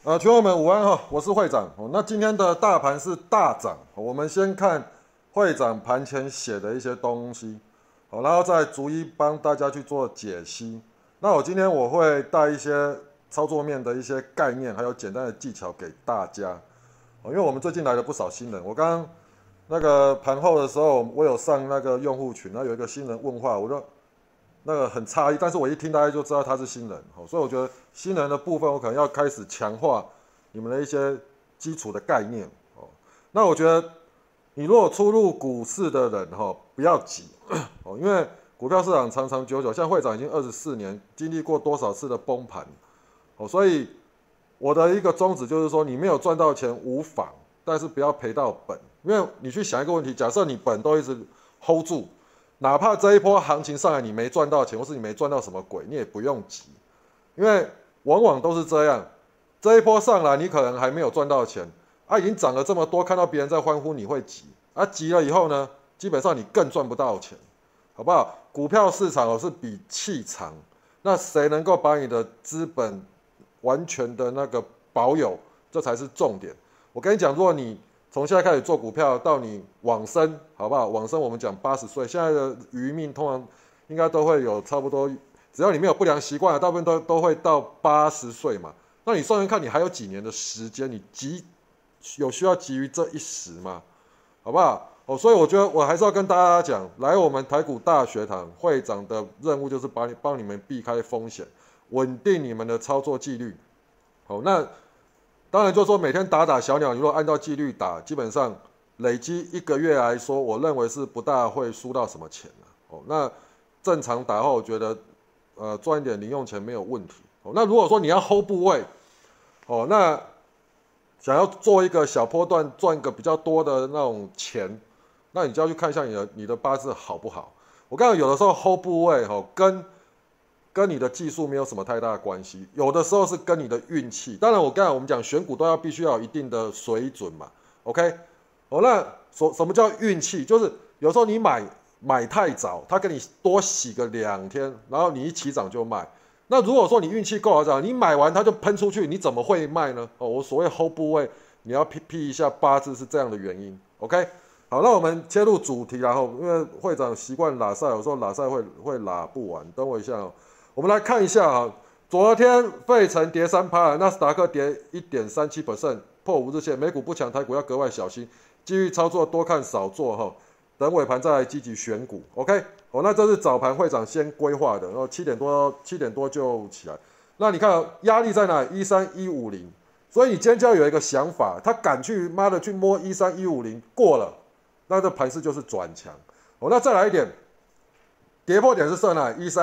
群友们午安哈，我是会长。那今天的大盘是大涨，我们先看会长盘前写的一些东西，然后再逐一帮大家去做解析。那我今天会带一些操作面的一些概念，还有简单的技巧给大家。因为我们最近来了不少新人，我刚刚那个盘后的时候，我有上那个用户群，然后有一个新人问话，我就那个很诧异，但是我一听大家就知道他是新人，所以我觉得新人的部分我可能要开始强化你们的一些基础的概念。那我觉得你如果初入股市的人不要急，因为股票市场长长久久，像会长已经24年，经历过多少次的崩盘，所以我的一个宗旨就是说，你没有赚到钱无妨，但是不要赔到本。因为你去想一个问题，假设你本都一直 hold 住，哪怕这一波行情上来你没赚到钱，或是你没赚到什么鬼，你也不用急，因为往往都是这样，这一波上来你可能还没有赚到钱，已经涨了这么多，看到别人在欢呼，你会急，急了以后呢，基本上你更赚不到钱，好不好？股票市场是比气长，那谁能够把你的资本完全的那个保有，这才是重点。我跟你讲，如果你从现在开始做股票，到你往生，好不好？往生我们讲80岁，现在的余命通常应该都会有差不多，只要你没有不良习惯，大部分都会到80岁嘛。那你算算看，你还有几年的时间？你有需要急于这一时吗？好不好？所以我觉得我还是要跟大家讲，来我们台股大学堂，会长的任务就是帮你们避开风险，稳定你们的操作纪律。那当然就是说每天打小鸟，你如果按照纪律打，基本上累积1个月来说，我认为是不大会输到什么钱那正常打后，我觉得赚一点零用钱没有问题。那如果说你要 hold 部位，那想要做一个小波段赚个比较多的那种钱，那你就要去看一下你的八字好不好。我刚才有的时候 hold 部位跟你的技术没有什么太大的关系，有的时候是跟你的运气。当然，我们讲选股都必须要有一定的水准嘛。OK， 那什么叫运气？就是有时候你买太早，他给你多洗个2天，然后你一起涨就卖。那如果说你运气够好，你买完它就喷出去，你怎么会卖呢？我所谓 hold 部位，你要批一下八字是这样的原因。OK， 好，那我们切入主题，然后因为会长习惯拉赛，有时候拉赛会拉不完，等我一下我们来看一下昨天费城跌3%，纳斯达克跌1.37%，破5日线，美股不强，台股要格外小心，继续操作多看少做等尾盘再来积极选股 ，OK， 那这是早盘会长先规划的，然后7点多就起来。那你看压力在哪里？13150，所以你今天就要有一个想法，他敢去摸13150过了，那这盘势就是转强。那再来一点，跌破点是设哪里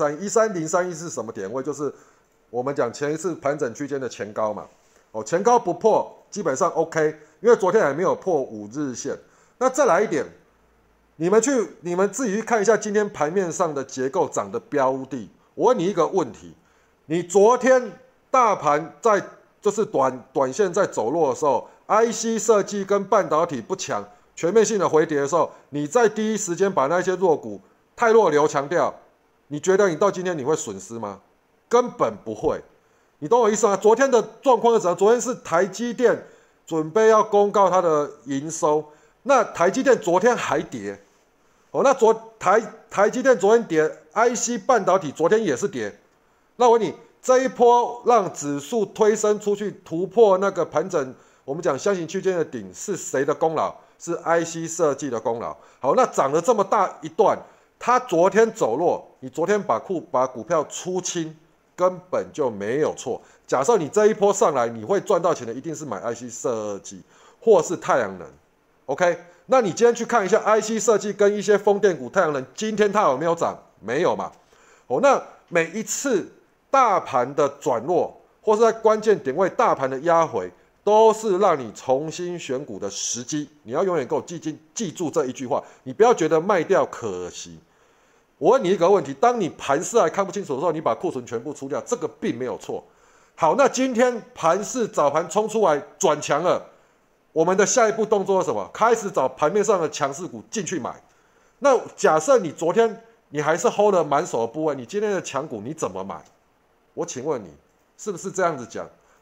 ？13031是什么点位？就是我们讲前一次盘整区间的前高嘛。前高不破，基本上 OK， 因为昨天还没有破5日线。那再来一点。你们自己去看一下今天盘面上的结构涨的标的。我问你一个问题：你昨天大盘在就是短线在走弱的时候 ，IC 设计跟半导体不强，全面性的回跌的时候，你在第一时间把那些弱股太弱留强调，你觉得你到今天你会损失吗？根本不会。你懂我意思吗？昨天的状况是怎样？昨天是台积电准备要公告它的营收，那台积电昨天还跌。那台积电昨天跌 ，IC 半导体昨天也是跌。那我问你，这一波让指数推升出去突破那个盘整，我们讲箱型区间的顶是谁的功劳？是 IC 设计的功劳。好，那涨了这么大一段，它昨天走弱，你昨天把股票出清，根本就没有错。假设你这一波上来，你会赚到钱的，一定是买 IC 设计或是太阳能。OK。那你今天去看一下 IC 设计跟一些风电股、太阳能，今天它有没有涨？没有嘛。那每一次大盘的转弱，或是在关键点位大盘的压回，都是让你重新选股的时机。你要永远给我记住这一句话，你不要觉得卖掉可惜。我问你一个问题：当你盘势还看不清楚的时候，你把库存全部出掉，这个并没有错。好，那今天盘势早盘冲出来转强了。我们的下一步动作是什么？开始找盘面上的强势股进去买。那假设你昨天你还是 hold 了满手的部位，你今天的强股你怎么买？我请问你，是不是这样子讲？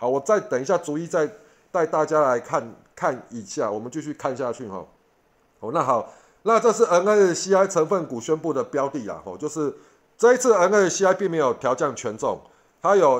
好，我再等一下逐一再带大家来看一下，我们继续看下去哈。哦，那好，那这是 NSCI 成分股宣布的标的啦，就是这一次 NSCI 并没有调降权重，它有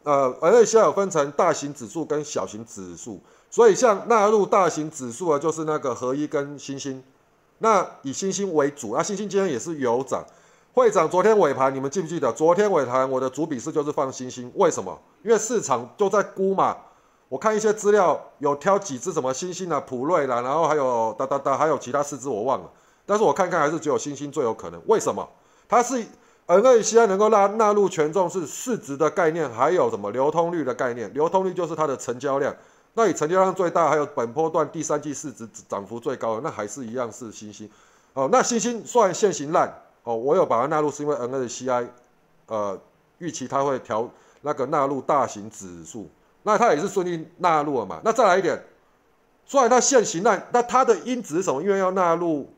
NSCI 有分成大型指数跟小型指数，所以像纳入大型指数的就是那个合一跟新兴，那以新兴为主，新兴今天也是有涨。会长昨天尾盘，你们记不记得？昨天尾盘我的主笔式就是放新兴，为什么？因为市场就在估嘛。我看一些资料，有挑几只什么新兴啊、普瑞啦，然后还有还有其他4只我忘了。但是我看还是只有新兴最有可能。为什么？它是NSCI 能够纳入权重是市值的概念，还有什么流通率的概念？流通率就是它的成交量。那以成交量最大，还有本波段第3季市值涨幅最高的，那还是一样是新兴。那新兴算现行烂。我有把它纳入，是因为 NSCI 预期它会调纳入大型指数，那它也是顺利纳入了嘛。那再来一点，虽然它现行烂，那它的因子是什么？因为要纳入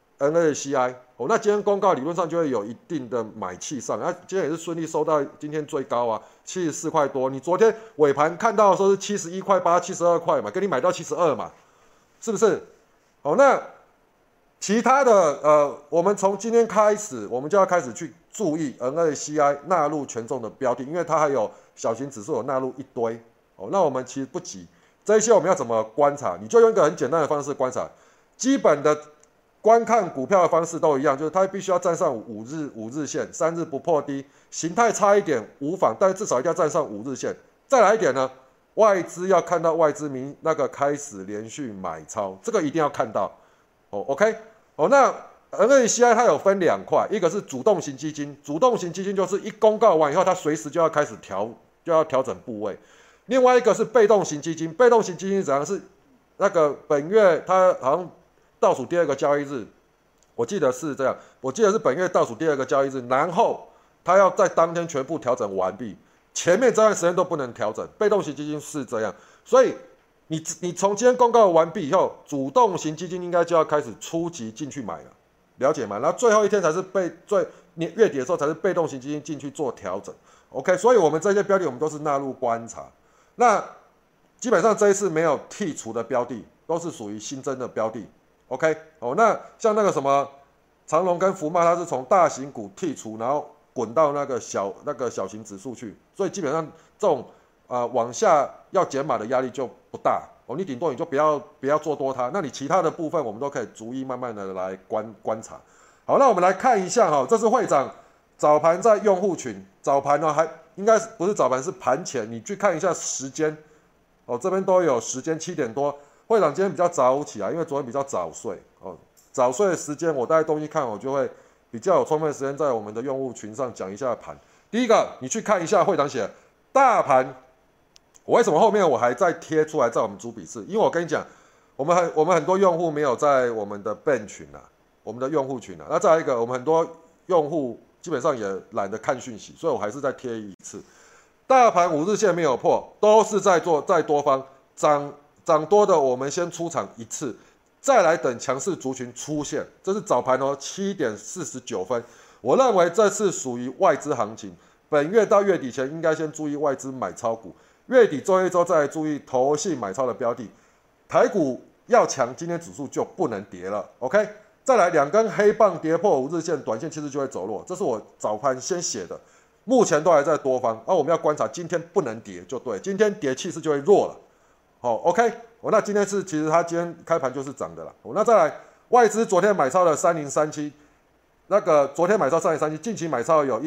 NSCI，那今天公告理论上就会有一定的买气上，那今天也是顺利收到今天最高啊，74块多。你昨天尾盘看到的时候是71块8、72块嘛，跟你买到72嘛，是不是？那其他的我们从今天开始，我们就要开始去注意 NSCI 纳入权重的标的，因为它还有小型指数有纳入一堆。那我们其实不急，这一些我们要怎么观察？你就用一个很简单的方式观察，基本的观看股票的方式都一样，就是它必须要站上五日线，3日不破低，形态差一点无妨，但是至少一定要站上5日线。再来一点呢，外资要看到外资开始连续买超，这个一定要看到。OK。那 NSCI 它有分2块，一个是主动型基金，主动型基金就是一公告完以后，它随时就要开始调整部位。另外一个是被动型基金，被动型基金怎样？是本月它好像倒数第2个交易日，我记得是这样，我记得是本月倒数第2个交易日，然后它要在当天全部调整完毕，前面这段时间都不能调整。被动型基金是这样，所以你从今天公告完毕以后，主动型基金应该就要开始初级进去买了，了解吗？然后最后一天才是月底的时候才是被动型基金进去做调整。OK， 所以我们这些标的我们都是纳入观察。那基本上这一次没有剔除的标的，都是属于新增的标的。OK， 那像什么长荣跟福茂，它是从大型股剔除，然后滚到小型指数去，所以基本上这种往下要减码的压力就不大。你顶多你就不要做多它，那你其他的部分我们都可以逐一慢慢的来观察。好，那我们来看一下这是会长早盘在用户群，早盘呢还应该不是早盘，是盘前，你去看一下时间，这边都有时间7点多。会长今天比较早起来，因为昨天比较早睡，早睡的时间我带东西看，我就会比较有充分的时间在我们的用户群上讲一下盘。第一个，你去看一下会长写大盘。我为什么后面我还再贴出来在我们主笔式？因为我跟你讲，我们很多用户没有在我们的 Ben 群我们的用户群那再来一个，我们很多用户基本上也懒得看讯息，所以我还是再贴一次。大盘5日线没有破，都是在多方涨多的，我们先出场一次，再来等强势族群出现。这是早盘7点49分，我认为这次属于外资行情，本月到月底前应该先注意外资买超股。月底最后一周再来注意投信买超的标的，台股要强，今天指数就不能跌了。OK， 再来2根黑棒跌破5日线，短线其实就会走弱，这是我早盘先写的，目前都还在多方，我们要观察今天不能跌就对，今天跌气势就会弱了。OK， 那今天其实它今天开盘就是涨的啦。那再来外资昨天买超的3037，昨天买超3037，近期买超有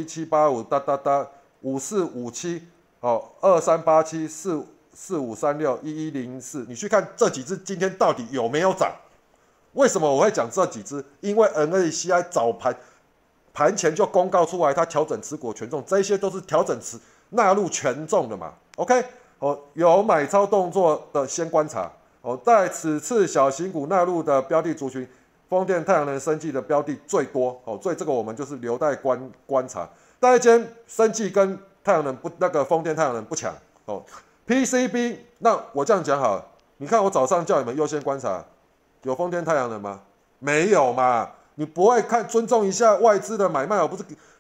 17855457。2387、4536、1104，你去看这几只今天到底有没有涨？为什么我会讲这几只？因为 NSCI 早盘前就公告出来，它调整持股权重，这些都是调整纳入权重的嘛。OK， 有买超动作的先观察。在此次小型股纳入的标的族群，风电、太阳能、生技的标的最多。所以这个我们就是留待观察。大家今天生技跟太阳能不风电太阳能不强PCB， 那我这样讲好了，你看我早上叫你们优先观察，有风电太阳能吗？没有嘛，你不会尊重一下外资的买卖，我不是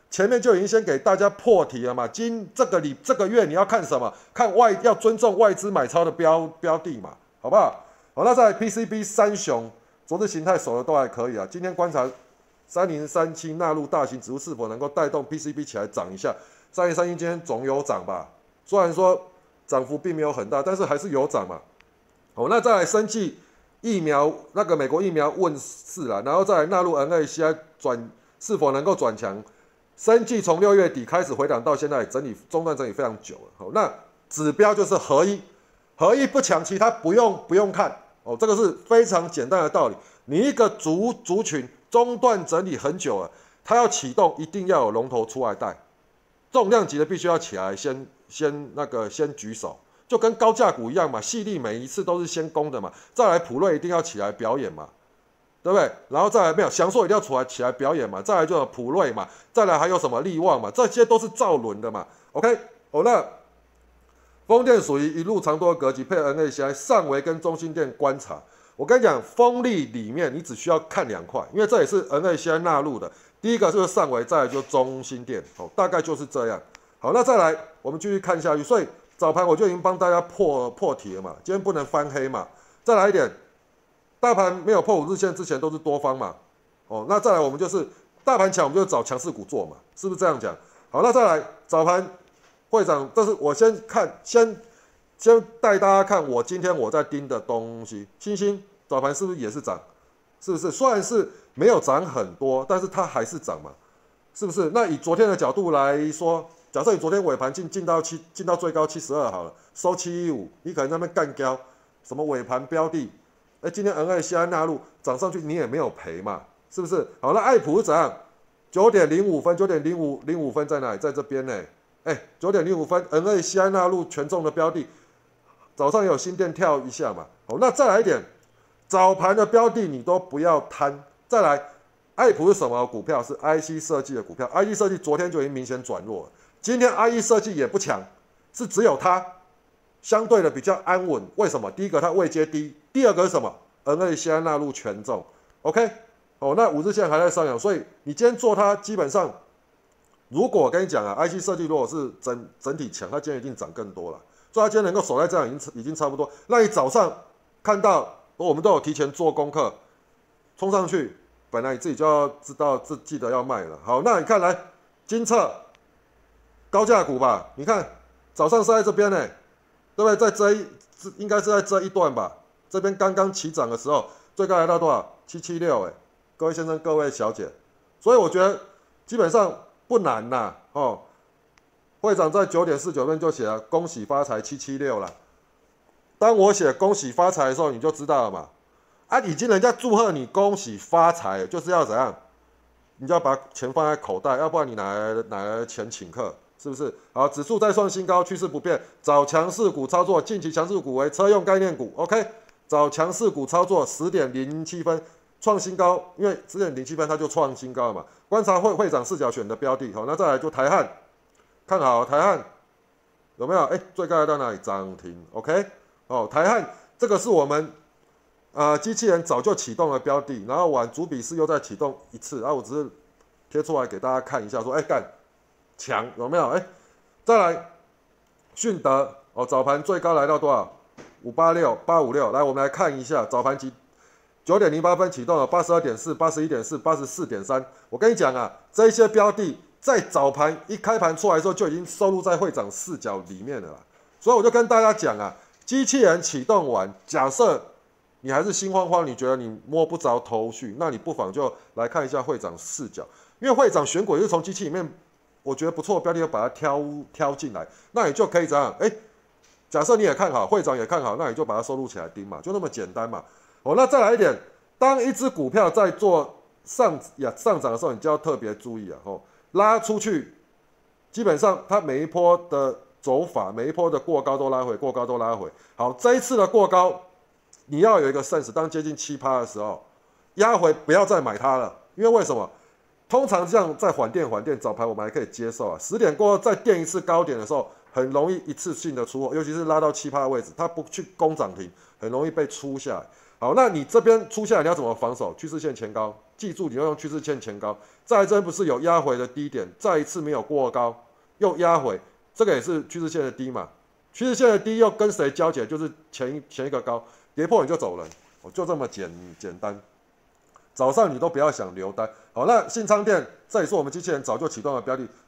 前面就已经先给大家破题了嘛。这个月你要看什么？看要尊重外资买超的标的嘛，好不好？好，那在 PCB 三雄，昨日形态守的都还可以啊。今天观察3037纳入大型指数是否能够带动 PCB 起来涨一下。3037今天总有涨吧，虽然说涨幅并没有很大，但是还是有涨嘛。好，那再来生技疫苗，那个美国疫苗问世了，然后再来纳入 NACI 是否能够转强？生技从6月底开始回档到现在中段整理非常久了。好，那指标就是合一不强，其他不用看哦，这个是非常简单的道理。你一个族群中段整理很久了，它要启动一定要有龙头出来带，重量级的必须要起来先举手。就跟高价股一样嘛，细粒每一次都是先攻的嘛，再来普瑞一定要起来表演嘛，对不对？然后再来没有翔硕一定要起来表演嘛，再来就有普瑞嘛，再来还有什么力旺嘛，这些都是造轮的嘛。OK， 那风电属于一路长多的格局，配合 NACI 上维跟中心电观察。我跟你讲，风力里面你只需要看2块，因为这也是 NACI 纳入的。第一个就是上维，再来就中心电，大概就是这样。好，那再来我们继续看下去，所以。早盘我就已经帮大家破题了嘛，今天不能翻黑嘛。再来一点，大盘没有破5日线之前都是多方嘛。那再来我们就是大盘强，我们就找强势股做嘛，是不是这样讲？好，那再来早盘会长，这是我先带大家看我今天我在盯的东西。星星早盘是不是也是涨？是不是？虽然是没有涨很多，但是它还是涨嘛，是不是？那以昨天的角度来说。假设你昨天尾盘进到最高72好了，收715，你可能在那边干胶，什么尾盘标的，今天 NACI 纳入涨上去，你也没有赔嘛，是不是？好，那爱普是怎样？9点05分，9点05分在哪里？在这边呢。9点05分 ，NACI 纳入权重的标的，早上也有新店跳一下嘛。好，那再来一点，早盘的标的你都不要贪。再来，爱普是什么股票？是 IC 设计的股票 ，IC 设计昨天就已经明显转弱了。今天 IE 设计也不强，是只有它相对的比较安稳。为什么？第一个它位阶低，第二个是什么 ？NACI 纳入权重 ，OK？ 那5日线还在上扬，所以你今天做它，基本上，如果我跟你讲啊 ，IC 设计如果是整体强，它今天一定涨更多了。所以它今天能够守在这样已经差不多。那你早上看到我们都有提前做功课，冲上去，本来你自己就要知道记得要卖了。好，那你看来金策。高价股吧，你看早上是在这边呢，对不对？应该是在这一段吧。这边刚刚起涨的时候，最高来到多少？776各位先生、各位小姐，所以我觉得基本上不难呐。会长在9点49分就写了恭喜发财776了。当我写恭喜发财的时候，你就知道了嘛。已经人家祝贺你恭喜发财，就是要怎样？你就要把钱放在口袋，要不然你哪来钱请客？是不是？好，指数再创新高，趋势不变，找强势股操作，近期强势股为车用概念股 ，OK？ 找强势股操作，10点07分创新高，因为10点07分它就创新高了嘛。观察会长视角选的标的，好，那再来就台汉，看好台汉有没有？最高来到哪里？涨停 ，OK？ 台汉这个是我们机器人早就启动了标的，然后晚主笔试又再启动一次，我只是贴出来给大家看一下，说强有没有？再来迅德早盘最高来到多少？586、856。来，我们来看一下早盘9点08分启动了82.4、81.4、84.3。我跟你讲啊，这些标的在早盘一开盘出来的时候就已经收录在会长视角里面了啦。所以我就跟大家讲啊，机器人启动完，假设你还是心慌慌，你觉得你摸不着头绪，那你不妨就来看一下会长视角，因为会长选股是从机器里面。我觉得不错的标的，把它挑进来，那你就可以这样，假设你也看好，会长也看好，那你就把它收录起来盯嘛，就那么简单嘛。那再来一点，当一只股票在做上涨的时候，你就要特别注意拉出去，基本上它每一波的走法，每一波的过高都拉回，过高都拉回。好，这一次的过高，你要有一个 sense， 当接近7%的时候，压回不要再买它了，因为为什么？通常这样在缓电，早盘我们还可以接受啊。10点过后再垫一次高点的时候，很容易一次性的出货，尤其是拉到7%的位置，它不去攻涨停，很容易被出下来。 好，那你这边出现来你要怎么防守？趋势线前高，记住你要用趋势线前高。再来这边不是有压回的低点，再一次没有过高，又压回，这个也是趋势线的低嘛？趋势线的低又跟谁交解？就是前一个高，跌破你就走人，就这么简单。早上你都不要想留单。好，那信昌店这也是我们机器人早就启动的标的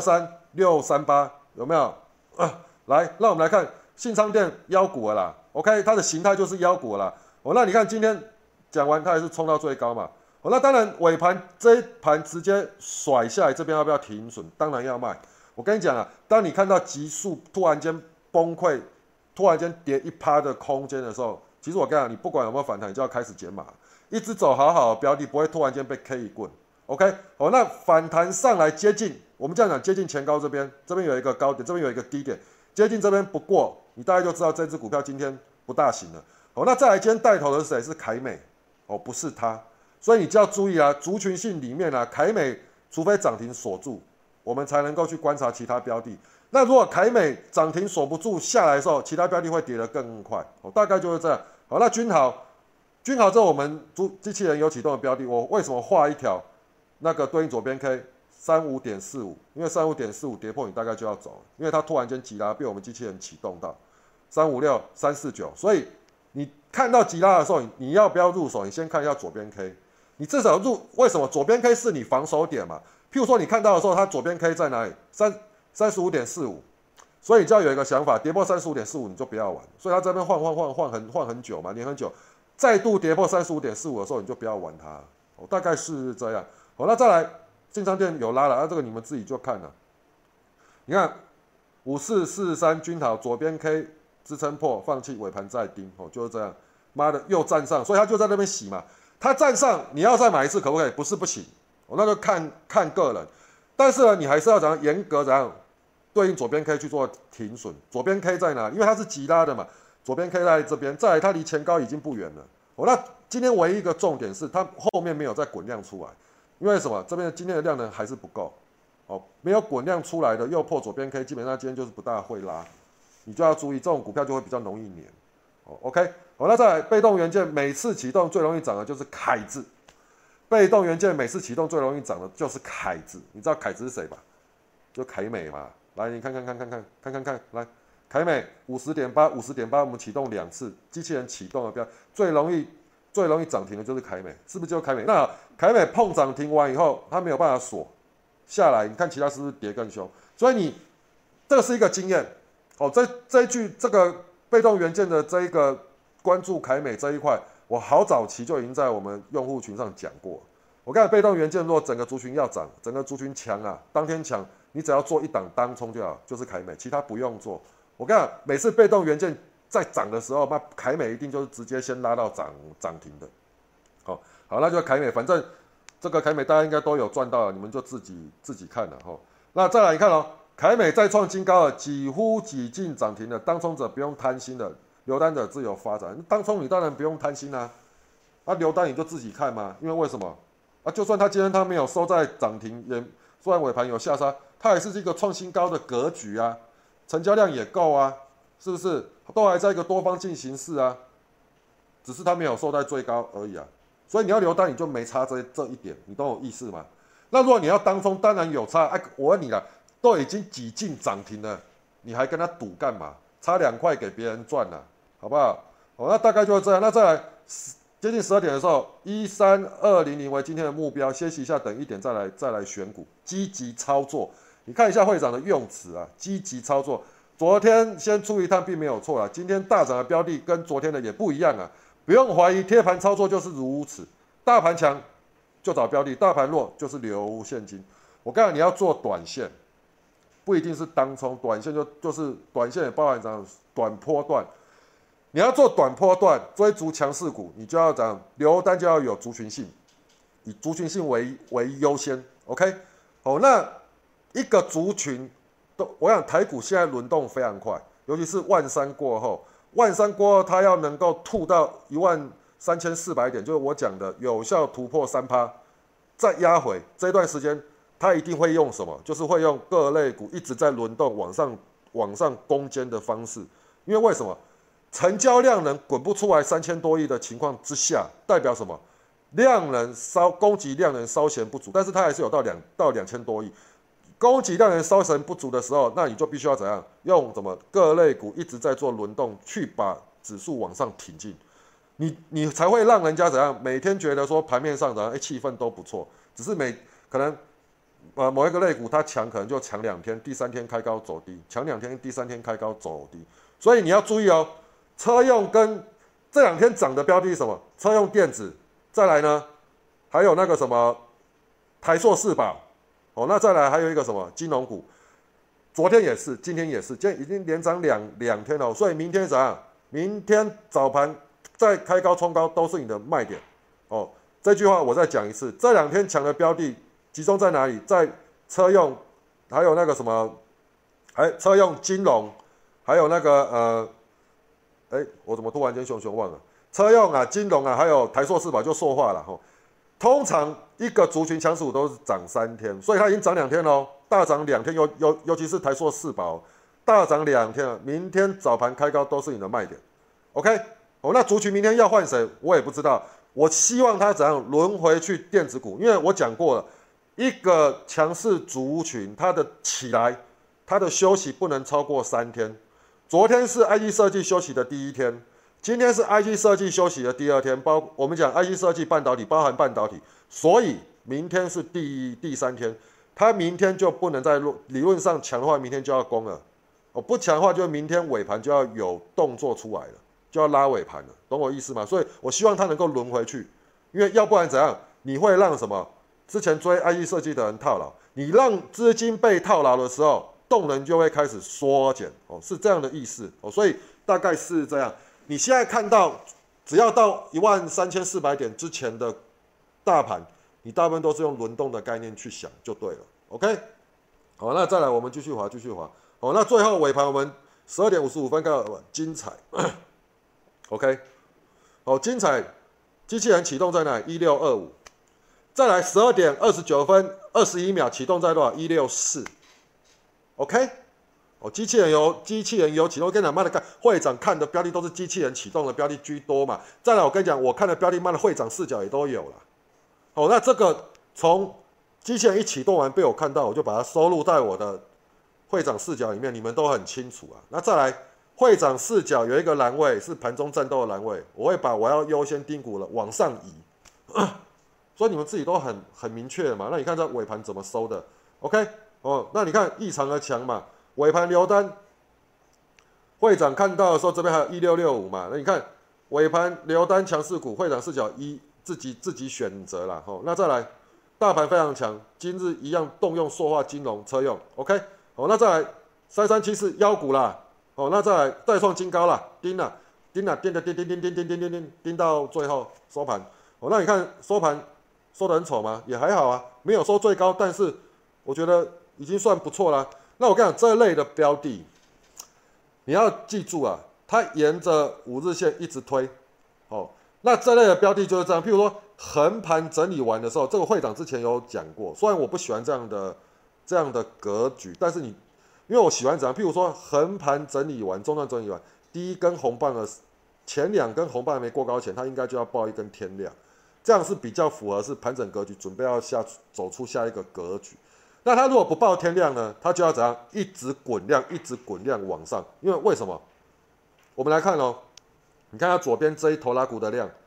，623、638有没有？来，让我们来看信昌店腰股了啦。OK， 它的形态就是腰股了啦。那你看今天讲完，它还是冲到最高嘛？那当然尾盘这一盘直接甩下来，这边要不要停损？当然要卖。我跟你讲啊，当你看到急速突然间崩溃，突然间跌1%的空间的时候，其实我跟你讲，你不管有没有反弹，你就要开始减码。一直走好好的标的，不会突然间被 K 一棍。OK， 好，那反弹上来接近，我们这样讲接近前高这边有一个高点，这边有一个低点，接近这边不过，你大概就知道这只股票今天不大行了。好，那再来今天带头的是谁？是凯美，不是它。所以你就要注意啊，族群性里面啊，凯美除非涨停锁住，我们才能够去观察其他标的。那如果凯美涨停锁不住下来的时候，其他标的会跌得更快。大概就是这样。好，那君豪这我们机器人有启动的标的，我为什么画一条那个对应左边 K 35.45？因为35.45跌破你大概就要走，因为它突然间急拉被我们机器人启动到356、349，所以你看到急拉的时候，你要不要入手？你先看一下左边 K， 你至少为什么左边 K 是你防守点嘛？譬如说你看到的时候，它左边 K 在哪里？35.45，所以你就要有一个想法，跌破35.45你就不要玩，所以它这边晃很久嘛，连很久。再度跌破35.45的时候，你就不要玩它，大概是这样。好，那再来，信昌店有拉了，这个你们自己就看了。你看5443君豪左边 K 支撑破，放弃尾盘再盯，就是这样。妈的，又站上，所以他就在那边洗嘛。他站上，你要再买一次可不可以？不是不行，那就看个人。但是呢，你还是要怎样严格怎样对应左边 K 去做停损。左边 K 在哪？因为它是急拉的嘛。左边 K 在这边，再来它离前高已经不远了。那今天唯一一个重点是它后面没有再滚量出来，因为什么？这边今天的量能还是不够，没有滚量出来的又破左边 K， 基本上今天就是不大会拉，你就要注意这种股票就会比较容易黏。OK， 好，那再来被动元件每次启动最容易涨的就是凯字，被动元件每次启动最容易涨的就是凯字，你知道凯字是谁吧？就凯美嘛，来你看，来。凯美50.8，我们启动2次，机器人启动的标最容易涨停的就是凯美，是不是就凯美？那凯美碰涨停完以后，它没有办法锁下来，你看其他是不是跌更凶？所以你这个是一个经验这一句这个被动元件的这一个关注凯美这一块，我好早期就已经在我们用户群上讲过。我刚才被动元件如果整个族群要涨，整个族群强啊，当天强，你只要做一档当冲就好，就是凯美，其他不用做。我跟你讲，每次被动元件在涨的时候，凯美一定就是直接先拉到涨停的。好，那就凯美，反正这个凯美大家应该都有赚到了，你们就自己看了那再来你看凯美再创新高了，几乎挤进涨停的，当冲者不用贪心的，留单者自由发展。当冲你当然不用贪心啊，留单你就自己看嘛，因为为什么就算今天它没有收在涨停，也虽然尾盘有下杀，它也是一个创新高的格局啊。成交量也够啊，是不是？都还在一个多方进行式啊，只是它没有收在最高而已啊。所以你要留单，你就没差这一点，你懂我意思吗？那如果你要当冲，当然有差。我问你了，都已经挤进涨停了，你还跟他赌干嘛？差2块给别人赚了，好不好？那大概就是这样。那再来接近12点的时候，13200为今天的目标，歇息一下，等1点再来选股，积极操作。你看一下会长的用词啊，积极操作。昨天先出一趟并没有错啦，今天大涨的标的跟昨天的也不一样啊，不用怀疑，贴盘操作就是如此。大盘强就找标的，大盘弱就是留现金。我告诉你，你要做短线，不一定是当冲，短线就是短线也包含讲短波段。你要做短波段追逐强势股，你就要讲留单就要有族群性，以族群性为优先。OK， 那一个族群我想台股现在轮动非常快，尤其是13000过后，13000过后它要能够吐到13400点，就是我讲的有效突破3%，再压回这段时间，它一定会用什么？就是会用各类股一直在轮动往上攻坚的方式，因为为什么？ 成交量能滚不出来3000多亿的情况之下，代表什么？供给量能稍显不足，但是它还是有到2000多亿。供给量能稍显不足的时候，那你就必须要怎样？用什么各类股一直在做轮动，去把指数往上挺进。你才会让人家怎样？每天觉得说盘面上怎样？气氛都不错，只是可能某一个类股它强，可能就强2天，第3天开高走低，强2天，第3天开高走低。所以你要注意哦，车用跟这2天涨的标的是什么？车用电子，再来呢，还有那个什么台塑四宝，那再来还有一个什么金融股，昨天也是，今天也是，今天已经连涨两天了，所以明天怎样？明天早盘再开高冲高都是你的卖点。这句话我再讲一次，这2天强的标的集中在哪里？在车用，还有那个什么，车用金融，还有那个我怎么突然间熊忘了？车用啊、金融啊，还有台塑四宝就塑化了哈。通常一个族群强势股都是涨3天，所以它已经涨2天喽，大涨2天，尤其是台塑四宝大涨2天了，明天早盘开高都是你的卖点。OK， 那族群明天要换谁，我也不知道。我希望它怎样轮回去电子股，因为我讲过了，一个强势族群它的起来，它的休息不能超过3天。昨天是 IC 设计休息的第1天，今天是 IC 设计休息的第2天，我们讲 IC 设计半导体包含半导体，所以明天是第3天，它明天就不能再理论上强的话，明天就要攻了。不强的话，就明天尾盘就要有动作出来了，就要拉尾盘了，懂我意思吗？所以我希望它能够轮回去，因为要不然怎样？你会让什么？之前追 IC 设计的人套牢，你让资金被套牢的时候，动能就会开始缩减，是这样的意思。所以大概是这样。你现在看到，只要到13400点之前的大盘，你大部分都是用轮动的概念去想就对了。OK， 好，那再来我们继续滑。那最后尾盘我们12点55分开始精彩。OK， 精彩，机器人启动在哪里？1625。再来12点29分21秒启动在多少？164。OK， 机器人由启动，跟你讲，妈的，会长看的标的都是机器人启动的标的居多嘛。再来，我跟你讲，我看的标的，妈的，会长视角也都有了。那这个从机器人一启动完被我看到，我就把它收录在我的会长视角里面，你们都很清楚啊。那再来，会长视角有一个栏位是盘中战斗的栏位，我会把我要优先盯股了往上移，所以你们自己都很明确嘛。那你看这尾盘怎么收的 ？OK， 那你看异常的强嘛，尾盘留单，会长看到的时候这边还有1665嘛，那你看尾盘留单强势股，会长视角自己选择啦。那再来，大盘非常强，今日一样动用塑化、金融、车用 ，OK。那再来3374妖股啦，那再来再创新高啦，盯到最后收盘。那你看收盘收得很丑吗？也还好啊，没有收最高，但是我觉得已经算不错啦。那我跟你讲，这类的标的，你要记住啊，它沿着5日线一直推，那这类的标的就是这样。譬如说横盘整理完的时候，这个会长之前有讲过，虽然我不喜欢这样的格局，但是因为我喜欢怎样？譬如说横盘整理完，中段整理完，第一根红棒的前2根红棒还没过高前，它应该就要爆一根天量，这样是比较符合是盘整格局，准备要走出下一个格局。那它如果不爆天量呢，它就要怎样？一直滚量往上。因为什么？我们来看哦，你看它左边这一头拉股的量，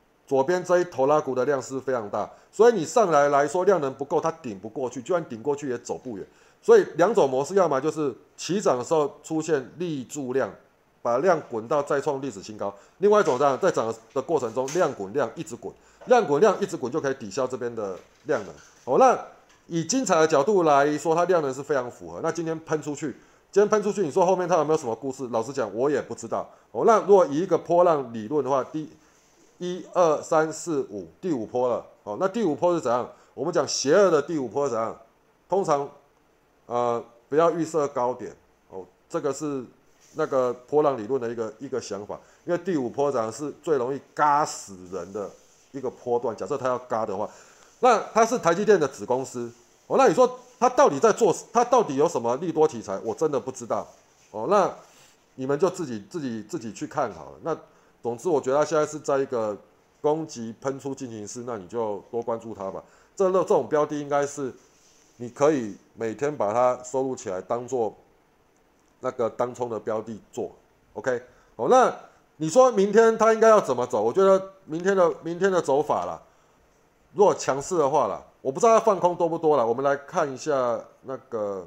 是非常大，所以你上来说量能不够，它顶不过去，就算顶过去也走不远。所以2种模式，要么就是起涨的时候出现立住量，把量滚到再创历史新高；另外一种在涨的过程中，量一直滚就可以抵消这边的量能。那以精彩的角度来说，它量能是非常符合。那今天喷出去，你说后面它有没有什么故事？老实讲，我也不知道。那如果以一个波浪理论的话，1、2、3、4、5，第5波了。那第5波是怎样？我们讲邪恶的第5波是怎样？通常，不要预设高点。这个是那个波浪理论的一个想法。因为第5波怎样是最容易嘎死人的一个波段。假设它要嘎的话，那它是台积电的子公司。那你说它到底在做？它到底有什么利多题材？我真的不知道。那你们就自己去看好了。那总之，我觉得它现在是在一个攻击喷出进行式，那你就多关注它吧。这种标的应该是你可以每天把它收录起来，当做那个当冲的标的做。OK， 好，那你说明天它应该要怎么走？我觉得明天的走法啦，如果强势的话啦，我不知道它放空多不多啦。我们来看一下那个。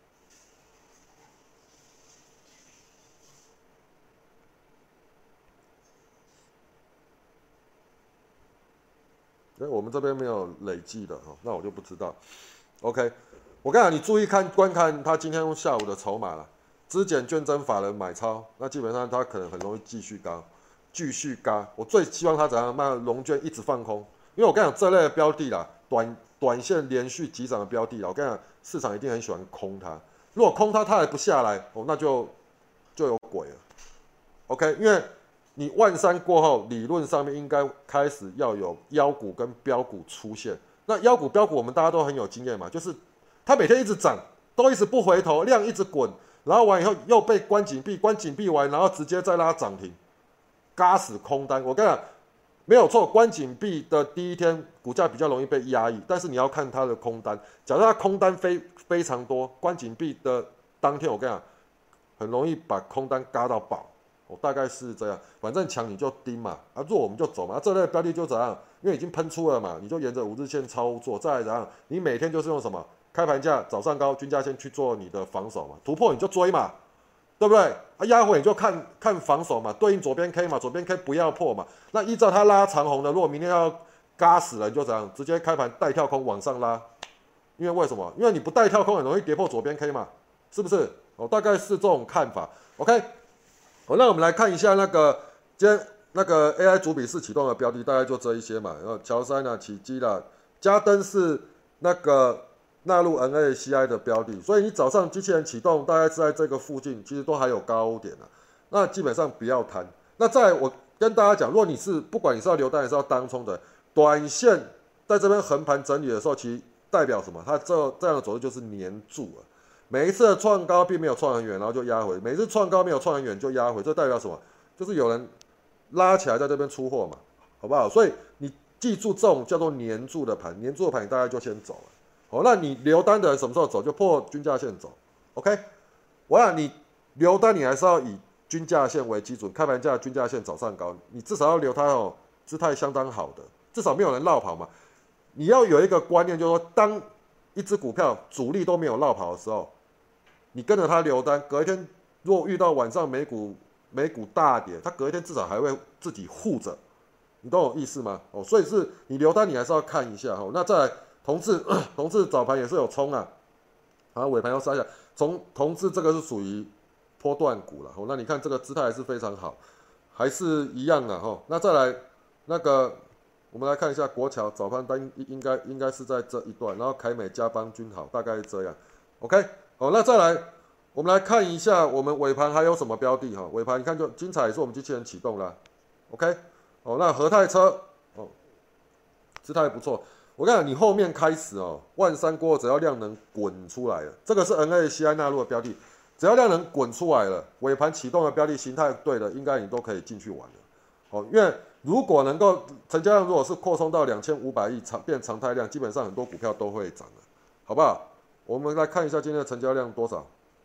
我们这边没有累计的哈，那我就不知道。OK， 我跟你讲，你注意观看它今天下午的筹码了，资减券增法人买超，那基本上它可能很容易继续嘎。我最希望它怎样，卖融券一直放空，因为我跟你讲这类的标的啦，短线连续急涨的标的啦，我跟你讲市场一定很喜欢空它，如果空它还不下来，那就有鬼了。OK， 因为你万三过后，理论上面应该开始要有妖股跟标股出现。那妖股标股我们大家都很有经验嘛，就是它每天一直涨，都一直不回头，量一直滚，然后完以后又被关紧闭完，然后直接再拉涨停，嘎死空单。我跟你讲，没有错，关紧闭的第一天股价比较容易被压抑，但是你要看它的空单。假如它空单非常多，关紧闭的当天，我跟你讲，很容易把空单嘎到爆。大概是这样，反正强你就盯嘛，弱我们就走嘛。这类标的就怎样，因为已经喷出了嘛，你就沿着5日线操作。再来怎样，你每天就是用什么开盘价早上高均价线去做你的防守嘛，突破你就追嘛，对不对？压回你就看防守嘛，对应左边 K 嘛，左边 K 不要破嘛。那依照它拉长红的，如果明天要嘎死了，你就怎样，直接开盘带跳空往上拉。因为为什么？因为你不带跳空很容易跌破左边 K 嘛，是不是？大概是这种看法。OK。那我们来看一下今天那个 AI 主笔式启动的标的，大概就这一些嘛。然后乔山啊、启基啦、嘉登是那个纳入 NACI 的标的，所以你早上机器人启动，大概是在这个附近，其实都还有高点啊。那基本上不要贪。那再来我跟大家讲，如果不管你是要留单还是要当冲的，短线在这边横盘整理的时候，其实代表什么？它这样的走势就是黏住了。每一次的创高并没有创很远，然后就压回；每一次创高没有创很远就压回，这代表什么？就是有人拉起来在这边出货嘛，好不好？所以你记住这种叫做黏住的盘，黏住的盘你大概就先走了。好，那你留单的人什么时候走？就破均价线走。OK， 我想你留单你还是要以均价线为基准，开盘价均价线早上高，你至少要留它姿态相当好的，至少没有人绕跑嘛。你要有一个观念，就是说当一只股票主力都没有绕跑的时候，你跟着它留单，隔一天如果遇到晚上美股大跌，它隔一天至少还会自己护着，你懂我意思吗？所以是你留单你还是要看一下。那再来同志早盘也是有冲啊，然后尾盘要杀下，同志这个是属于波段股了。那你看这个姿态还是非常好，还是一样的。那再来那个我们来看一下国桥早盘单应该是在这一段，然后凯美、嘉邦、君豪大概是这样。OK。那再来，我们来看一下我们尾盘还有什么标的尾盘你看就精彩，也是我们机器人启动了 ，OK， 那和泰车姿态不错，我跟你讲，你后面开始万三过只要量能滚出来了，这个是 NACI 纳入的标的，只要量能滚出来了，尾盘启动的标的形态对了，应该你都可以进去玩了，因为如果能够成交量如果是扩充到2500亿变常态量，基本上很多股票都会涨的，好不好？我们来看一下今天的成交量多少。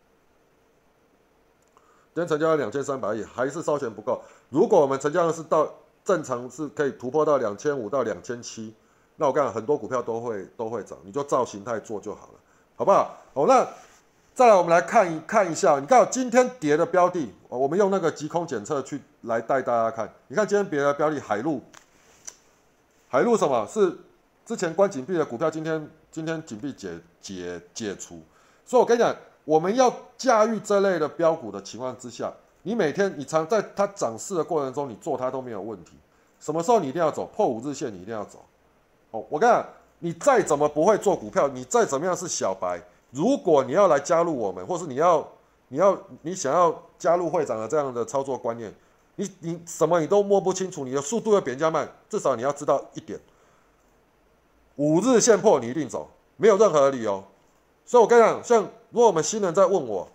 今天成交量2300亿，还是稍嫌不够。如果我们成交量是到正常是可以突破到2500到2700，那我跟你讲，很多股票都会涨，你就照形态做就好了，好不好？那再来我们来看一下，你看今天跌的标的，我们用那个即空检测来带大家看。你看今天跌的标的海陆什么是之前关紧闭的股票，今天紧闭解除，所以我跟你讲，我们要驾驭这类的标股的情况之下，你每天你常在它涨势的过程中，你做它都没有问题。什么时候你一定要走？破5日线你一定要走。我跟你讲，你再怎么不会做股票，你再怎么样是小白，如果你要来加入我们，或是你想要加入会长的这样的操作观念，你什么你都摸不清楚，你的速度会比人家慢，至少你要知道一点。5日线破你一定走，没有任何理由。所以我跟你讲，像如果我们新人在问我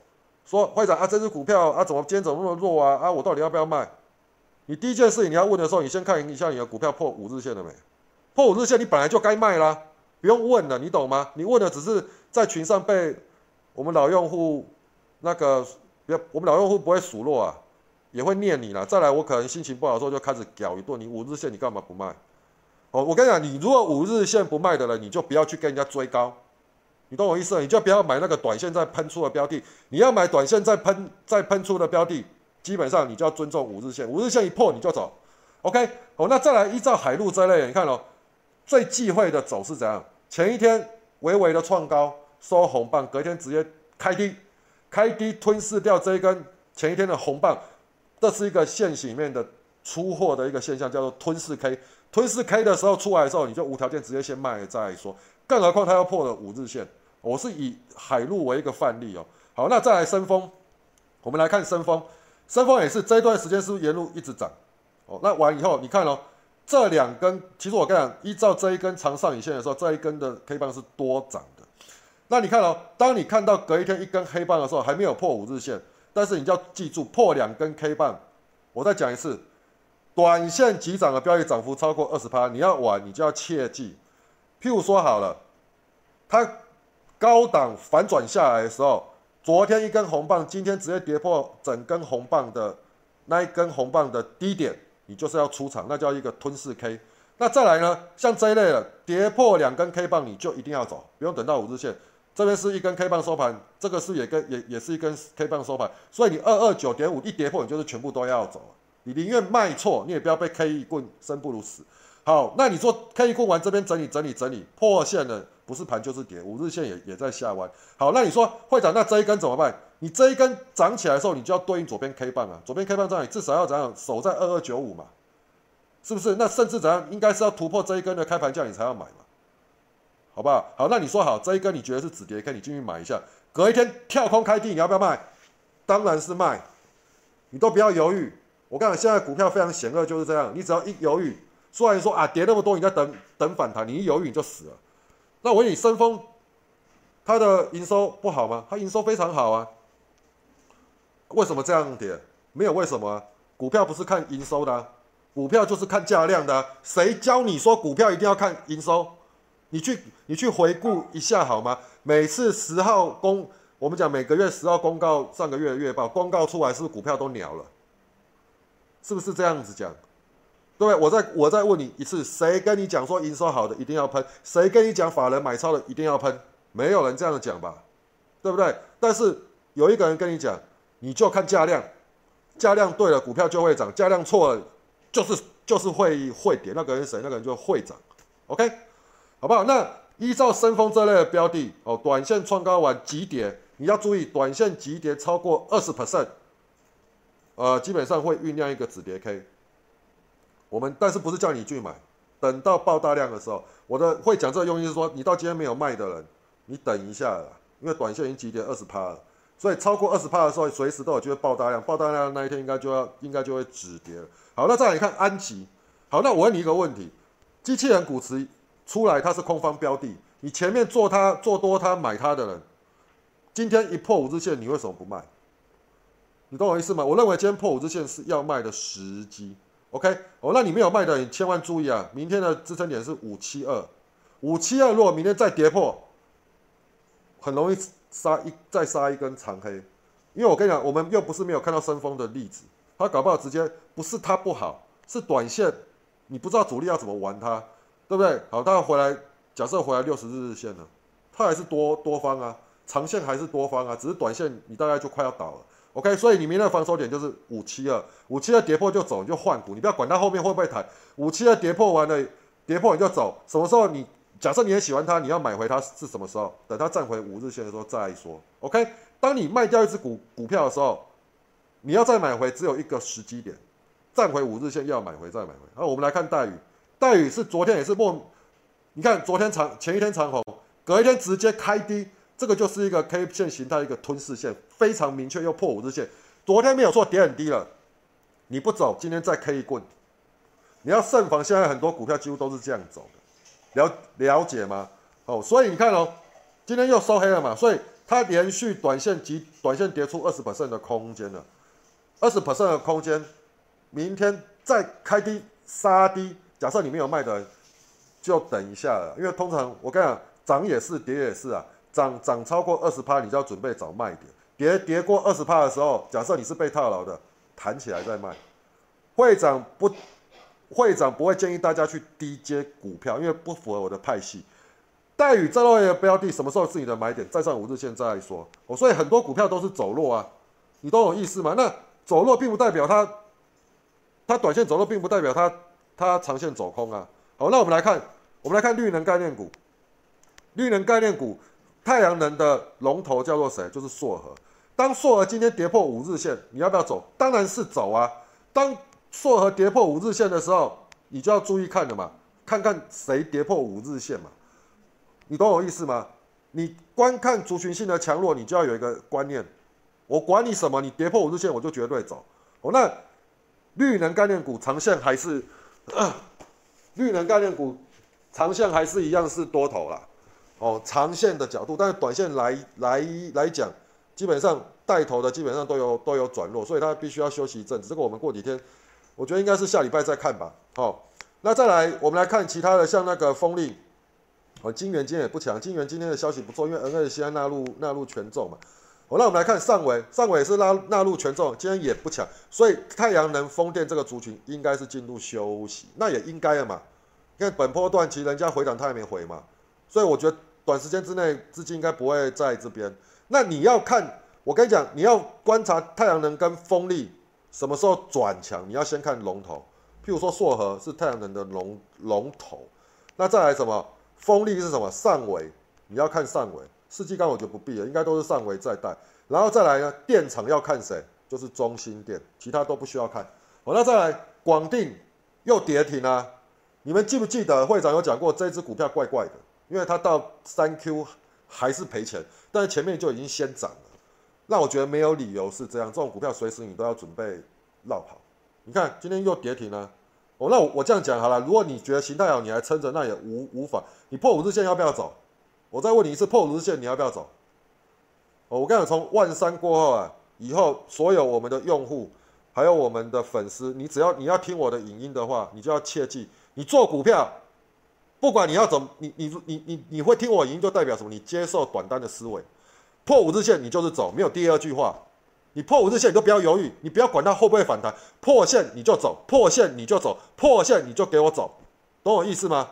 说会长啊，这只股票啊，今天怎么那么弱啊？啊，我到底要不要卖？你第一件事情你要问的时候，你先看一下你的股票破5日线了没？破5日线，你本来就该卖啦，不用问了，你懂吗？你问的只是在群上被我们老用户我们老用户不会数落啊，也会念你啦。再来，我可能心情不好的时候就开始屌一顿，你5日线你干嘛不卖？哦，我跟你讲，你如果5日线不卖的人，你就不要去跟人家追高，你懂我意思吗？你就不要买那个短线在喷出的标的，你要买短线在喷出的标的，基本上你就要尊重5日线，5日线一破你就走。OK， 哦，那再来依照海陆这类，你看哦，最忌讳的走是怎样？前一天微微的创高收红棒，隔天直接开低吞噬掉这一根前一天的红棒，这是一个线型里面的出货的一个现象，叫做吞噬 K。吞噬 K 的时候出来的时候，你就无条件直接先卖再说，更何况它要破了5日线。我是以海陆为一个范例哦。好，那再来升风，我们来看升风，升风也是这一段时间是不是沿路一直涨？哦，那完以后你看哦，这2根，其实我跟你讲，依照这一根长上影线的时候，这一根的 K 棒是多涨的。那你看哦，当你看到隔一天一根黑棒的时候，还没有破5日线，但是你就要记住破2根 K 棒。我再讲一次，短线急涨的标的涨幅超过20%，你要玩你就要切记。譬如说好了，它高档反转下来的时候，昨天一根红棒，今天直接跌破整根红棒的那一根红棒的低点，你就是要出场，那叫一个吞噬 K。那再来呢，像这一类的跌破2根 K 棒，你就一定要走，不用等到5日线。这边是一根 K 棒收盘，这个是也是一根 K 棒收盘，所以你229.5一跌破，你就是全部都要走。你宁愿卖错，你也不要被 K 一棍生不如死。好，那你说 K 一棍完这边整理破线了，不是盘就是跌，5日线也在下弯。好，那你说会长，那这一根怎么办？你这一根涨起来的时候，你就要对应左边 K 棒啊，左边 K 棒这样，至少要怎样守在2295嘛，是不是？那甚至怎样，应该是要突破这一根的开盘价，你才要买嘛。好不好？好，那你说好这一根你觉得是止跌 K， 你进去买一下。隔一天跳空开低，你要不要卖？当然是卖，你都不要犹豫。我跟你讲，现在股票非常险恶，就是这样。你只要一犹豫，虽然说啊跌那么多，你在等反弹，你一犹豫你就死了。那我问你，升丰它的营收不好吗？它营收非常好啊。为什么这样跌？没有为什么啊，股票不是看营收的啊，股票就是看价量的啊。谁教你说股票一定要看营收？你去回顾一下好吗？每次10号我们讲每个月10号公告上个月的月报公告出来，是不是股票都鸟了？是不是这样子讲？对不对？我再问你一次，谁跟你讲说营收好的一定要喷？谁跟你讲法人买超的一定要喷？没有人这样讲吧？对不对？但是有一个人跟你讲，你就看价量，价量对了，股票就会涨；价量错了，就是会跌。那个人是谁？那个人就会涨。OK。好不好？那依照升丰这类的标的，哦，短线创高完急跌，你要注意，短线急跌超过20%，基本上会酝酿一个止跌 K。但是不是叫你去买，等到爆大量的时候，会讲这个用意是说，你到今天没有卖的人，你等一下啦，因为短线已经急跌20%了，所以超过20%的时候，随时都有机会爆大量，爆大量的那一天应该就会止跌了。好，那再来你看安琪，好，那我问你一个问题，机器人股池出来它是空方标的，你前面做多它买它的人，今天一破5日线，你为什么不卖？你懂我意思吗？我认为今天破5日线是要卖的时机。OK， 哦，那你没有卖的，你千万注意啊！明天的支撑点是572，572如果明天再跌破，很容易再杀一根长黑。因为我跟你讲，我们又不是没有看到升丰的例子，它搞不好直接不是它不好，是短线你不知道主力要怎么玩它。对不对？好，它回来，假设回来60日线了，它还是多方啊，长线还是多方啊，只是短线你大概就快要倒了。OK， 所以你明天的防守点就是572跌破就走，你就换股，你不要管它后面会不会弹。572跌破完了，跌破你就走。什么时候假设你很喜欢它，你要买回它是什么时候？等它站回5日线的时候再说。OK， 当你卖掉一只股票的时候，你要再买回只有一个时机点，站回5日线要买回再买回。好，我们来看戴宇是昨天也是你看昨天前一天长红，隔一天直接开低，这个就是一个 K 线形态一个吞噬线，非常明确又破5日线。昨天没有错，跌很低了，你不走，今天再 K 一棍，你要慎防。现在很多股票几乎都是这样走的，了解吗？哦，所以你看哦，今天又收黑了嘛，所以它连续短线跌出20% 的空间了，20% 的空间，明天再开低杀低，假设你没有卖的人，就等一下了，因为通常我跟你讲，涨也是，跌也是啊，涨超过20%，你就要准备找卖点，跌过20%的时候，假设你是被套牢的，弹起来再卖。会长不会建议大家去低接股票，因为不符合我的派系。待遇这类的标的什么时候是你的买点？再上5日线再来说。所以很多股票都是走弱啊，你懂我意思吗？那走弱并不代表它短线走弱，并不代表它长线走空啊。好，那我们来看绿能概念股。绿能概念股，太阳能的龙头叫做谁？就是硕禾。当硕禾今天跌破5日线，你要不要走？当然是走啊。当硕禾跌破5日线的时候，你就要注意看了嘛，看看谁跌破5日线嘛。你懂我意思吗？你观看族群性的强弱，你就要有一个观念，我管你什么，你跌破5日线我就绝对走。那绿能概念股长线还是绿能概念股长线还是一样是多头啦。长线的角度，但是短线来讲，基本上带头的基本上都有转弱，所以它必须要休息一阵子。这个我们过几天，我觉得应该是下礼拜再看吧。那再来我们来看其他的，像那个风力。晶圆今天也不强，晶圆今天的消息不错，因为 NSCI 纳入权重嘛。那我们来看上尾也是纳入权重，今天也不强，所以太阳能、风电这个族群应该是进入休息，那也应该了嘛。因为本波段其实人家回档它还没回嘛，所以我觉得短时间之内资金应该不会在这边。那你要看，我跟你讲，你要观察太阳能跟风力什么时候转强，你要先看龙头，譬如说硕禾是太阳能的龙头，那再来什么？风力是什么？上尾，你要看上尾。世纪钢我觉得不必了，应该都是上尾再带。然后再来呢，电厂要看谁？就是中兴电，其他都不需要看。那再来广定又跌停啊！你们记不记得会长有讲过这只股票怪怪的，因为它到3Q 还是赔钱，但是前面就已经先涨了。那我觉得没有理由是这样，这种股票随时你都要准备绕跑。你看今天又跌停了。那我这样讲好了，如果你觉得形态好，你还撑着，那也无法。你破5日线要不要走？我再问你一次，破5日线你要不要走？我跟你讲，从万三过后啊，以后所有我们的用户，还有我们的粉丝，只要你要听我的影音的话，你就要切记，你做股票，不管你要怎么，你会听我影音，就代表什么？你接受短单的思维，破5日线你就是走，没有第二句话。你破5日线你都不要犹豫，你不要管它会不会反弹，破线你就走，破线你就走，破线你就给我走，懂我意思吗？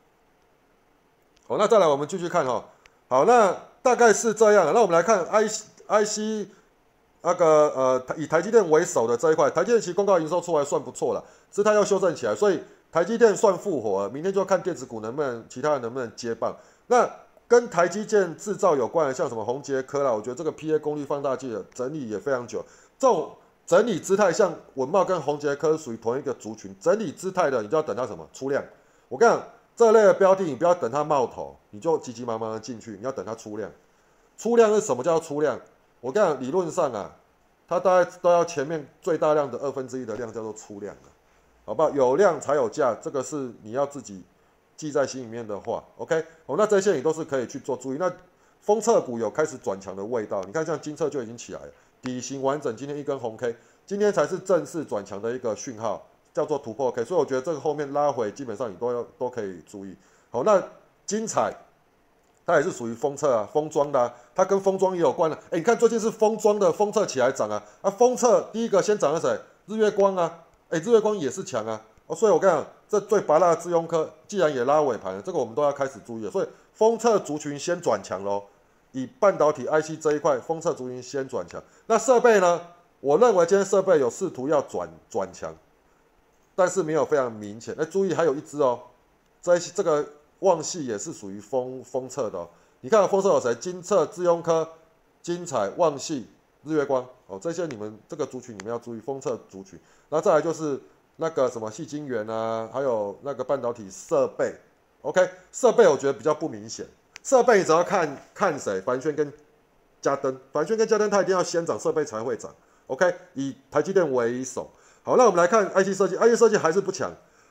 那再来我们继续看好，那大概是这样。那我们来看 IC 那个以台积电为首的这一块，台积电其实公告营收出来算不错了，姿态要修正起来，所以台积电算复活了。明天就要看电子股其他人能不能接棒。那跟台积电制造有关的，像什么宏捷科啦，我觉得这个 PA 功率放大器的整理也非常久。这种整理姿态，像文茂跟宏捷科属于同一个族群，整理姿态的，你就要等它什么出量。我跟你讲，这类的标的，你不要等它冒头，你就急急忙忙的进去，你要等它出量。出量是什么叫出量？我跟你讲，理论上啊，它大概都要前面最大量的1/2的量叫做出量了，好不好？有量才有价，这个是你要自己记在心里面的话 ，OK？ 那这些你都是可以去做注意。那封测股有开始转强的味道，你看像金测就已经起来了，底型完整，今天一根红 K， 今天才是正式转强的一个讯号，叫做突破 K， 所以我觉得这个后面拉回基本上你都可以注意。好，那精彩它也是属于封测啊，封装的啊，它跟封装也有关的。你看最近是封装的封测起来涨啊，封测第一个先涨了谁？日月光啊，日月光也是强啊。所以我跟你讲，这最拔辣的智庸科既然也拉尾盘了，这个我们都要开始注意了。所以封测族群先转强咯，以半导体 IC 这一块，封测族群先转强。那设备呢？我认为今天设备有试图要转强，但是没有非常明显。注意还有一只这个旺系也是属于封测的你看封测有谁？金测、智庸科、精彩、旺系、日月光这些你们这个族群你们要注意封测族群。然后再来就是那个什么矽晶圆啊，还有那个半导体设备 ，OK， 设备我觉得比较不明显。设备你只要看谁，凡轩跟嘉登，凡轩跟嘉登它一定要先涨，设备才会涨。OK， 以台积电为首。好，那我们来看 IC 设计，IC 设计还是不强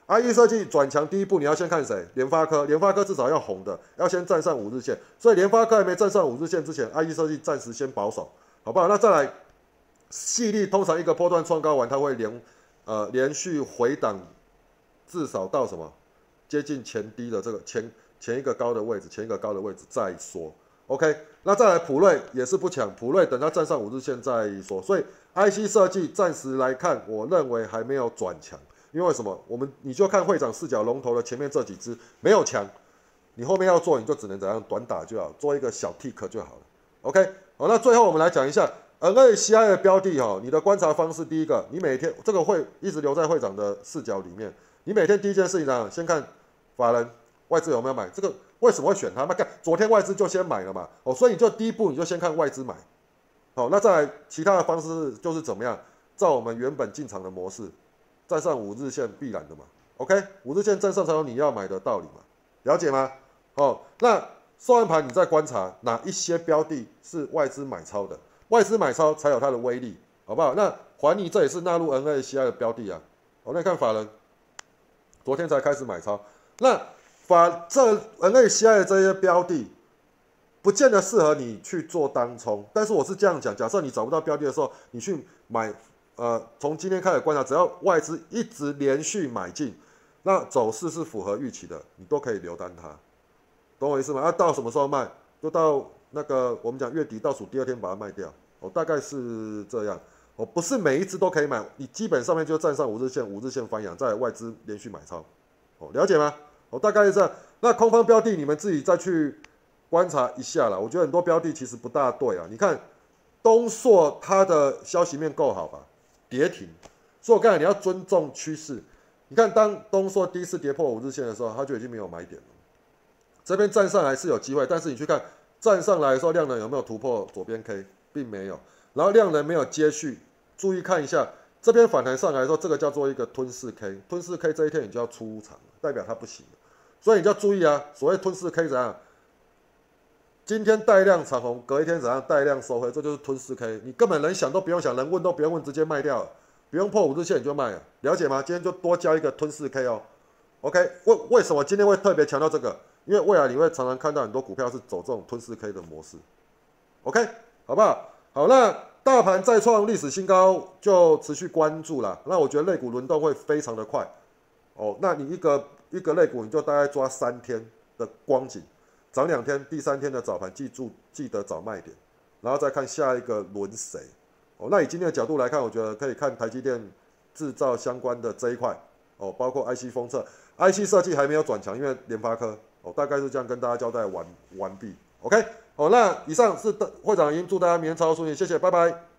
IC 设计转强第一步，你要先看谁？联发科，联发科至少要红的，要先站上5日线。所以联发科还没站上5日线之前 ，IC 设计暂时先保守，好不好？那再来，细粒通常一个波段创高完，它会连续回档，至少到什么接近前低的这个前一个高的位置，前一个高的位置再说。OK， 那再来普瑞也是不强，普瑞等它站上5日线再说。所以 IC 设计暂时来看，我认为还没有转强。因为什么？你就看会长视角龙头的前面这几只没有强，你后面要做你就只能怎样短打就好，做一个小 tick 就好了。OK， 好，那最后我们来讲一下 NACI 的标的你的观察方式，第一个，你每天这个会一直留在会长的视角里面，你每天第一件事情呢，先看法人外资有没有买，这个为什么会选它？看昨天外资就先买了嘛，所以你就第一步你就先看外资买，好，那再来其他的方式就是怎么样，照我们原本进场的模式。站上5日线必然的嘛 ，OK，5日线站上才有你要买的道理嘛，了解吗？那收完盘你再观察哪一些标的是外资买超的，外资买超才有它的威力，好不好？那环泥这也是纳入 NACI 的标的啊，那看法人昨天才开始买超，那这 NACI 的这些标的不见得适合你去做当冲，但是我是这样讲，假设你找不到标的的时候，你去买。从今天开始观察，只要外资一直连续买进，那走势是符合预期的，你都可以留单它，懂我意思吗？到什么时候卖？就到那个我们讲月底倒数第2天把它卖掉，大概是这样。不是每一只都可以买，你基本上面就站上5日线，5日线翻阳，再来外资连续买超，了解吗？大概是这样。那空方标的你们自己再去观察一下啦。我觉得很多标的其实不大对啊，你看东硕它的消息面够好吧？跌停，所以我刚才你要尊重趋势。你看，当东硕第一次跌破5日线的时候，它就已经没有买点了。这边站上来是有机会，但是你去看站上来的时候，量能有没有突破左边 K， 并没有。然后量能没有接续，注意看一下这边反弹上来的时候，这个叫做一个吞噬 K， 吞噬 K 这一天你就要出场了，代表它不行了。所以你就要注意啊，所谓吞噬 K 怎样？今天带量长红，隔一天怎样带量收回，这就是吞噬 K。你根本连想都不用想，连问都不用问，直接卖掉了，不用破5日线你就卖了，了解吗？今天就多加一个吞噬 K 哦。OK， 为什么今天会特别强调这个？因为未来你会常常看到很多股票是走这种吞噬 K 的模式。OK， 好不好？好，那大盘再创历史新高，就持续关注啦。那我觉得类股轮动会非常的快。那你一个类股你就大概抓3天的光景。涨2天，第3天的早盘记得找卖点，然后再看下一个轮谁。那以今天的角度来看，我觉得可以看台积电制造相关的这一块，包括 IC 封测、IC 设计还没有转强，因为联发科，大概是这样跟大家交代完毕。OK，那以上是会长已经祝大家明天操作顺利，谢谢，拜拜。